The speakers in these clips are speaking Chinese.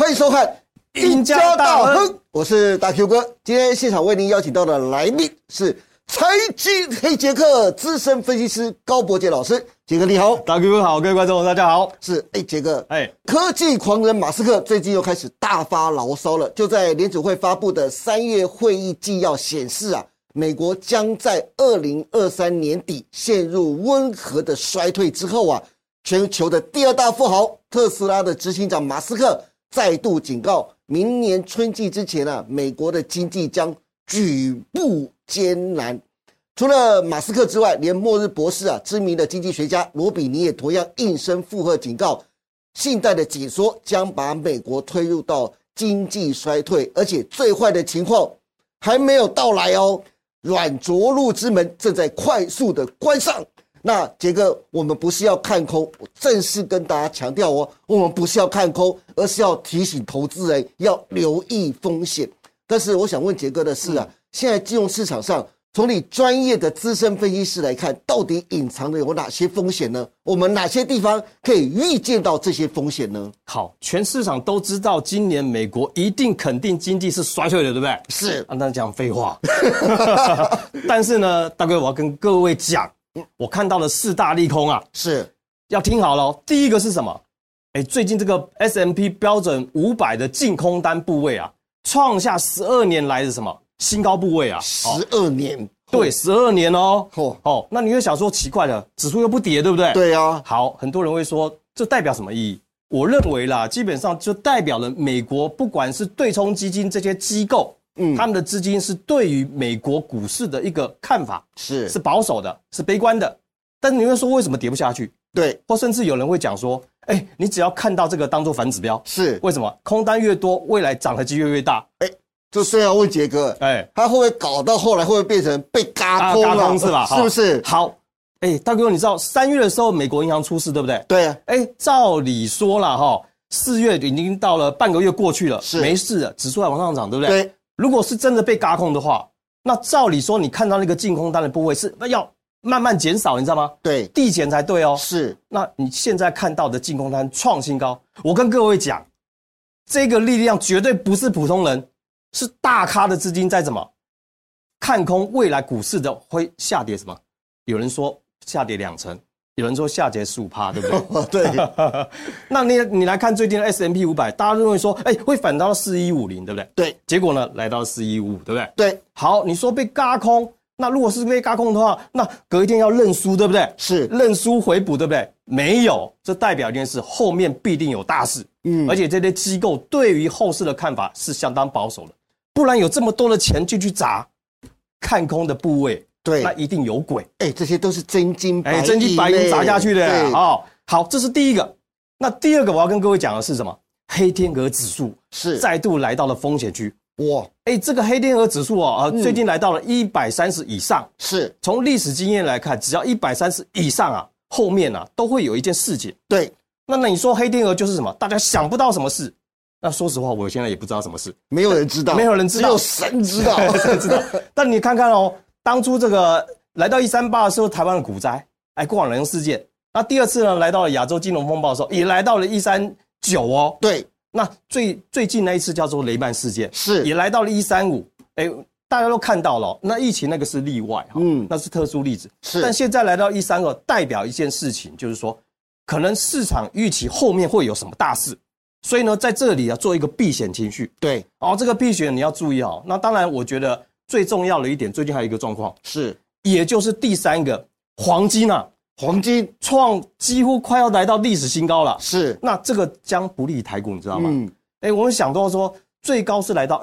欢迎收看《赢家大亨》，我是大 Q 哥。今天现场为您邀请到的来宾是财经黑杰克资深分析师高博杰老师。杰哥你好。 大 Q 哥好，各位观众大家好。 是，杰哥，科技狂人马斯克最近又开始大发牢骚了。就在联储会发布的3月会议纪要显示啊，美国将在2023年底陷入温和的衰退之后啊，全球的第二大富豪特斯拉的执行长马斯克再度警告，明年春季之前啊，美国的经济将举步艰难。除了马斯克之外，连末日博士啊，知名的经济学家罗比尼也同样应声附和警告，信贷的紧缩将把美国推入到经济衰退，而且最坏的情况还没有到来哦，软着陆之门正在快速的关上。那杰哥，我们不是要看空，我正式跟大家强调哦，我们不是要看空，而是要提醒投资人要留意风险。但是我想问杰哥的是啊，现在金融市场上，从你专业的资深分析师来看，到底隐藏的有哪些风险呢？我们哪些地方可以预见到这些风险呢？ 好，全市场都知道，今年美国一定肯定经济是衰退的，对不对？ 是， 那讲废话。但是呢，大哥，我要跟各位讲，我看到了4大利空啊， 是要听好了哦。第一个是什么？最近这个 S&P 标准500的净空单部位啊，创下12年来的什么新高部位啊 ？12年， 对，12年哦。那你会想说奇怪了，指数又不跌，对不对？ 对啊。 好，很多人会说这代表什么意义？我认为啦，基本上就代表了美国不管是对冲基金这些机构，他们的资金是对于美国股市的一个看法是保守的，是悲观的。但是你会说为什么跌不下去？对，或甚至有人会讲说，你只要看到这个当做反指标，是为什么？空单越多，未来涨的机会越大。 就虽然问杰哥，他会不会搞到后来会不会变成被嘎空了？ 嘎空是吧？ 是不是？ 好，大哥，你知道3月的时候美国银行出事，对不对？ 对啊。 照理说啦，4月已经到了半个月过去了，没事了，指数还往上涨，对不对？对。如果是真的被嘎空的话，那照理说你看到那个净空单的部位是要慢慢减少，你知道吗？对，递减才对哦。是。那你现在看到的净空单创新高，我跟各位讲，这个力量绝对不是普通人。是大咖的资金在怎么看空未来股市的会下跌什么？有人说下跌20%，有人说下跌15%，对不对？对。那你来看最近的 S&P 500，大家认为说，会反到4150，对不对？对。结果呢，来到4155，对不对？对。好，你说被嘎空，那如果是被嘎空的话，那隔一天要认输，对不对？是。认输回补，对不对？没有，这代表一件事，后面必定有大事。而且这些机构对于后市的看法是相当保守的。不然有这么多的钱进去砸看空的部位，对，那一定有鬼。 这些都是真金白银， 真金白银砸下去的。好，这是第一个。那第二个我要跟各位讲的是什么？黑天鹅指数是再度来到了风险区。哇，这个黑天鹅指数最近来到了130以上。是，从历史经验来看，只要130以上啊，后面啊都会有一件事情。对，那你说黑天鹅就是什么？大家想不到什么事。那说实话，我现在也不知道什么事， 没有人知道， 没有人知道， 只有神知道， 神知道。但你看看哦，当初这个来到138的时候，台湾的股灾，过往人事件。那第二次呢，来到了亚洲金融风暴的时候，也来到了139哦。对，那最近那一次叫做雷曼事件，是也来到了135。大家都看到了，那疫情那个是例外那是特殊例子。是，但现在来到132，代表一件事情，就是说，可能市场预期后面会有什么大事。所以呢，在这里做一个避险情绪。对，这个避险你要注意那当然，我觉得最重要的一点，最近还有一个状况是，也就是第3个黄金啊，黄金几乎快要来到历史新高了。是，那这个将不利台股，你知道吗？我们想到说最高是来到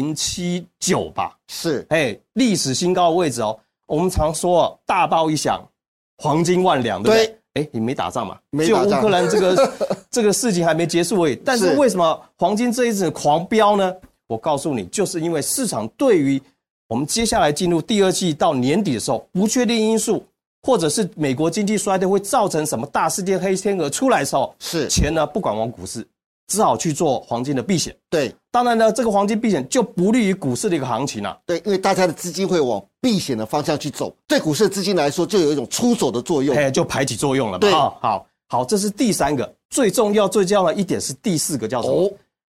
2079吧？是，历史新高的位置哦。我们常说大炮一响，黄金万两，对不对？你没打仗嘛？就乌克兰这个事情还没结束而已。但是为什么黄金这一次狂飙呢？我告诉你，就是因为市场对于我们接下来进入第2季到年底的时候，不确定因素，或者是美国经济衰退会造成什么大事件黑天鹅出来的时候，是钱呢不管往股市，只好去做黄金的避险。对，当然呢，这个黄金避险就不利于股市的一个行情啊。 对，因为大家的资金会往避险的方向去走，对股市的资金来说就有一种出手的作用， 就排挤作用了嘛。对，好，这是第3个最重要的一点是第4个叫什么？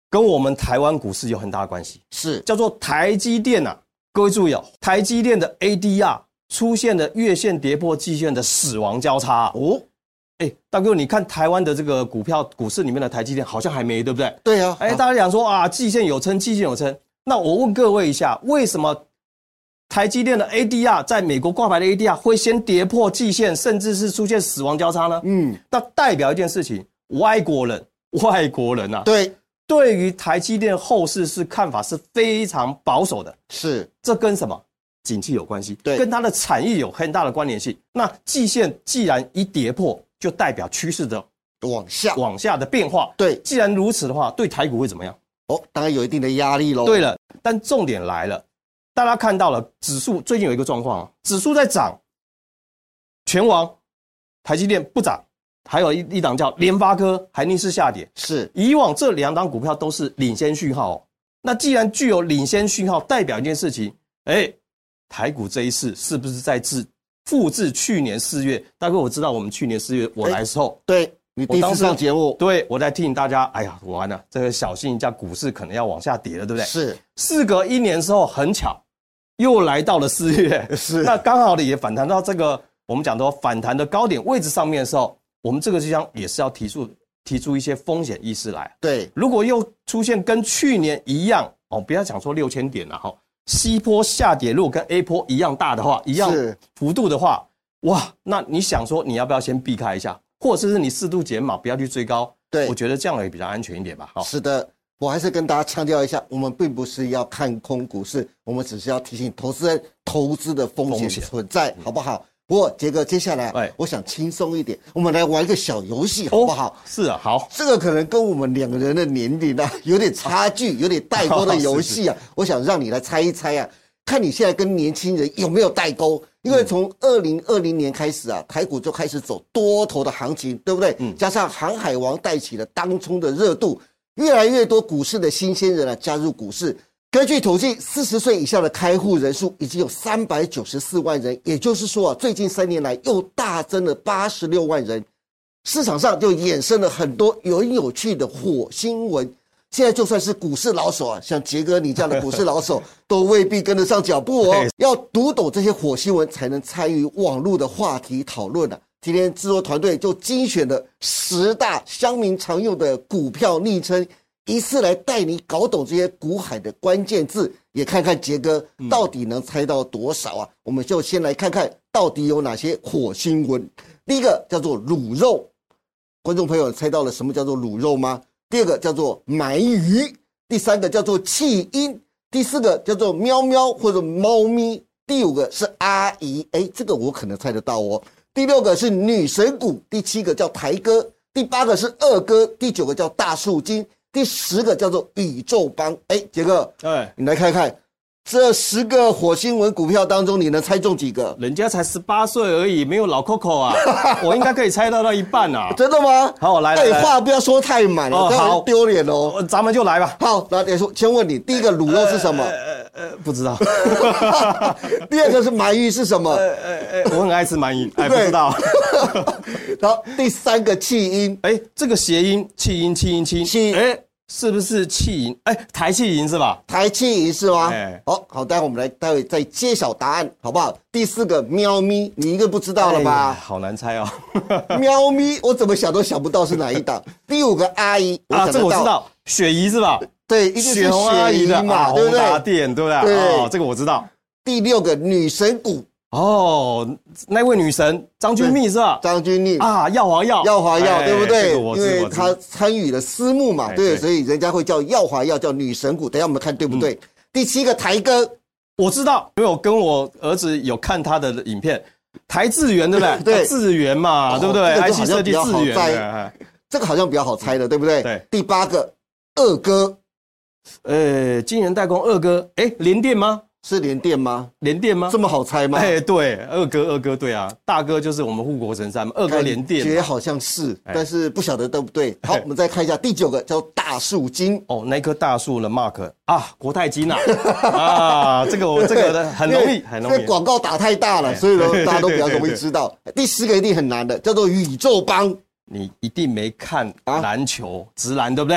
跟我们台湾股市有很大的关系， 是叫做台积电啊。各位注意哦，台积电的 ADR 出现了月线跌破季线的死亡交叉哦。大哥，你看台湾的这个股市里面的台积电好像还没，对不对？ 对啊。 大家讲说啊，季线有撑，季线有撑。那我问各位一下，为什么台积电的 ADR 在美国挂牌的 ADR 会先跌破季线，甚至是出现死亡交叉呢？那代表一件事情，外国人啊，对于台积电后市是看法是非常保守的。是，这跟什么？景气有关系，对，跟它的产业有很大的关联性。那季线既然一跌破，就代表趋势的往下的变化。对，既然如此的话，对台股会怎么样？ 当然有一定的压力咯。 对了，但重点来了，大家看到了指数最近有一个状况，指数在涨，全网台积电不涨，还有一档叫联发科还逆势下跌。是，以往这2档股票都是领先讯号哦。那既然具有领先讯号，代表一件事情，台股这一次是不是在复制去年4月？大哥，我知道我们去年4月我来的时候， 对你第一次上节目， 对我在提醒大家，完了，这个小心一下，股市可能要往下跌了，对不对？是。事隔1年之后，很巧，又来到了4月，是。那刚好的也反弹到这个我们讲的反弹的高点位置上面的时候，我们这个就将也是要提出一些风险意识来。对，如果又出现跟去年一样不要讲说6000点了C 波下跌如果跟 A 波一样大的话，一样幅度的话，哇，那你想说你要不要先避开一下，或者是你适度减码，不要去追高？对，我觉得这样也比较安全一点吧。 是的，我还是跟大家强调一下，我们并不是要看空股市，我们只是要提醒投资人投资的风险存在，好不好？不过杰哥，接下来我想轻松一点，我们来玩一个小游戏，好不好？ 是啊，好。 这个可能跟我们2个人的年龄有点差距，有点代沟的游戏啊。我想让你来猜一猜啊，看你现在跟年轻人有没有代沟？因为从2020年开始啊，台股就开始走多头的行情，对不对？加上航海王带起了当冲的热度，越来越多股市的新鲜人加入股市。根据统计，40岁以下的开户人数已经有394万人，也就是说最近3年来又大增了86万人。市场上就衍生了很多有趣的火星文。现在就算是股市老手像杰哥你这样的股市老手，都未必跟得上脚步哦。要读懂这些火星文，才能参与网络的话题讨论啊。今天制作团队就精选了10大乡民常用的股票昵称。一次来带你搞懂这些股海的关键字，也看看杰哥到底能猜到多少啊！我们就先来看看到底有哪些火星文。第一个叫做卤肉，观众朋友猜到了什么叫做卤肉吗？第2个叫做鳗鱼，第3个叫做弃婴，第4个叫做喵喵或者猫咪，第5个是阿姨，这个我可能猜得到哦。第6个是女神股，第7个叫台哥，第8个是二哥，第9个叫大树精。第10个叫做宇宙帮，杰哥，你来看看这10个火星文股票当中，你能猜中几个？ 人家才18岁而已，没有老 Coco 啊，我应该可以猜到一半啊。 真的吗？ 好，我来。 话不要说太满了，这样丢脸哦。 咱们就来吧。 好，那先问你，第一个卤肉是什么？ 不知道。 第2个是鳗鱼是什么？ 我很爱吃鳗鱼，不知道。 然后第3个弃婴， 这个谐音弃婴，是不是弃银？台弃银是吧？ 台弃银是吗？好，待会我们待会再揭晓答案，好不好？第4个喵咪，你一个不知道了吧？ 好难猜哦。 喵咪，我怎么想都想不到是哪一档。第5个阿姨， 这个我知道，雪姨是吧？ 对，一定是雪红阿姨的嘛，对不对？ 宏达电，对不对？ 对， 这个我知道。 第6个女神股。 那位女神张钧甯是吧？ 张钧甯耀华药， 对不对？ 因为她参与了私募嘛，对，所以人家会叫耀华药，叫女神股。等一下我们看对不对？第7个台哥， 我知道，因为我跟我儿子有看他的影片，台智源对不对？ 对， 智源嘛，对不对？IC 设计智源， 这个好像比较好猜的，对不对？ 对。 第8个二哥， 晶圆代工二哥，联电吗？ 是联电吗？ 联电吗？ 这么好猜吗？ 对，二哥，对啊，大哥就是我们护国神山嘛，二哥联电， 觉得好像是，但是不晓得对不对。好，我们再看一下第9个叫大树精。 那棵大树的 mark 国泰金啊，这个很容易，很容易。 这广告打太大了，所以呢大家都比较容易知道。第10个一定很难的，叫做宇宙帮。 你一定没看篮球直篮对不对？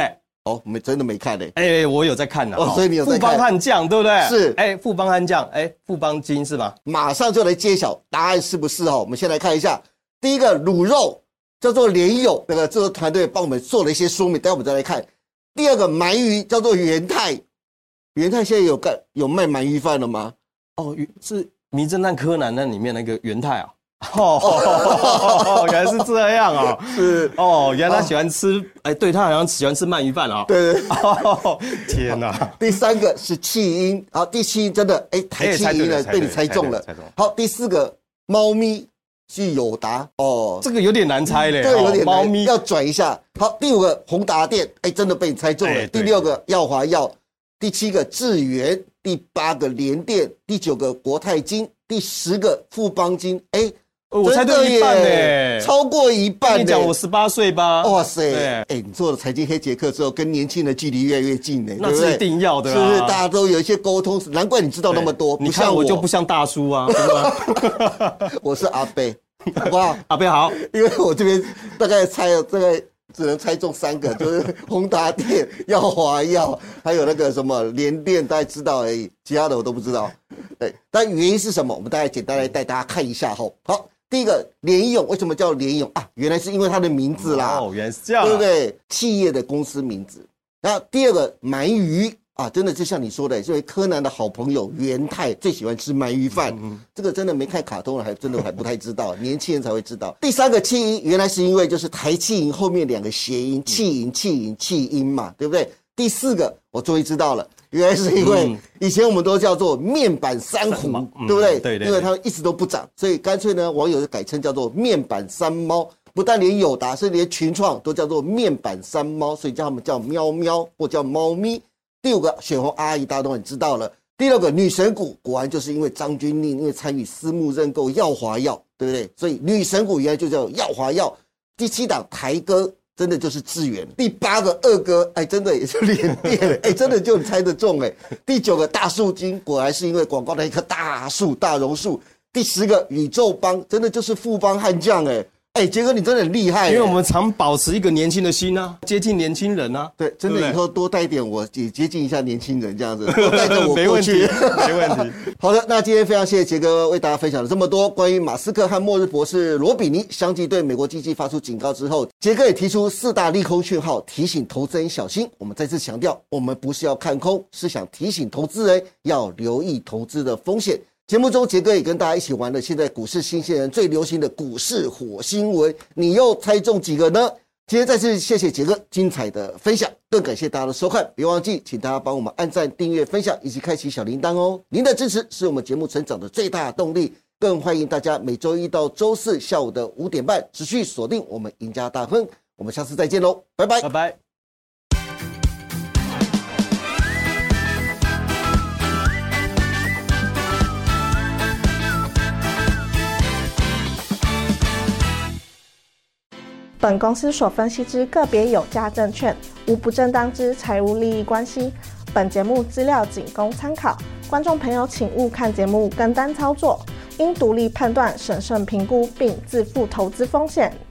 哦，真的没看嘞。 我有在看哦，所以你有在看。 富邦悍将对不对？ 是。 富邦悍将，富邦金是吗？ 马上就来揭晓答案是不是哦？我们先来看一下，第一个卤肉叫做联友，那个制作团队帮我们做了一些说明，待会我们再来看。第二个鳗鱼叫做元泰，元泰现在有卖鳗鱼饭了吗？ 哦，是《名侦探柯南》那里面那个元泰啊。原来是这样啊！ 是原来他喜欢吃，对他好像喜欢吃鳗鱼饭啊。 对。 天哪！ 第三个是弃婴，好，第七真的台弃婴呢被你猜中了。好，第四个猫咪是友达哦， 这个有点难猜嘞， 这个有点难， 猫咪要转一下。好，第五个宏达电，真的被你猜中了。第六个耀华药，第七个智源，第八个联电，第九个国泰金，第10个富邦金， 我猜对一半呢， 超过一半。 你讲我18岁吧？ 哇塞！你做了财经黑杰克之后，跟年轻人距离越来越近呢， 那是一定要的， 是不是？大家都有一些沟通，难怪你知道那么多。 你看我就不像大叔啊， 我是阿伯，好不好？ 阿伯好， 因为我这边大概只能猜中3个，就是宏达电、耀华药，还有那个什么联电，大家知道而已，其他的我都不知道。对，但原因是什么？我们大概简单来带大家看一下吼。好。第一个联咏为什么叫联咏啊？原来是因为它的名字啦。 原来是这样， 对不对？企业的公司名字。那第二个鳗鱼啊，真的就像你说的，因为柯南的好朋友元泰最喜欢吃鳗鱼饭，这个真的没看卡通的真的还不太知道，年轻人才会知道。第三个弃婴，原来是因为就是台企银后面2个谐音，弃婴嘛，对不对？第四个我终于知道了。原来是因为以前我们都叫做面板三虎，对不对？ 对， 因为它一直都不涨，所以干脆呢，网友就改称叫做面板三猫。不但连友达，甚至连群创都叫做面板三猫，所以叫他们叫喵喵或叫猫咪。第五个血红阿姨大家都很知道了。第六个女神股，果然就是因为张钧甯因为参与私募认购耀华药，对不对？所以女神股原来就叫耀华药。第7档台哥。真的就是智源。第8个二哥，真的也是联电，真的就你猜得中第9个大树金，果然是因为广告的一棵大树，大榕树。第10个宇宙帮，真的就是富邦悍将杰哥你真的很厉害， 因为我们常保持一个年轻的心啊，接近年轻人啊。 对，真的以后多带一点，我也接近一下年轻人，这样子多带着我过去。 没问题。 好的，那今天非常谢谢杰哥为大家分享了这么多关于马斯克和末日博士罗比尼相继对美国经济发出警告之后，杰哥也提出4大利空讯号，提醒投资人小心。我们再次强调，我们不是要看空，是想提醒投资人要留意投资的风险。节目中，杰哥也跟大家一起玩了现在股市新鲜人最流行的股市火星文，你又猜中几个呢？今天再次谢谢杰哥精彩的分享，更感谢大家的收看，别忘记请大家帮我们按赞、订阅、分享以及开启小铃铛哦。您的支持是我们节目成长的最大动力，更欢迎大家每周一到周四下午的5点半持续锁定我们赢家大亨。我们下次再见喽，拜拜， 拜拜。 本公司所分析之个别有价证券，无不正当之财务利益关系。本节目资料仅供参考，观众朋友请勿看节目跟单操作，应独立判断、审慎评估并自负投资风险。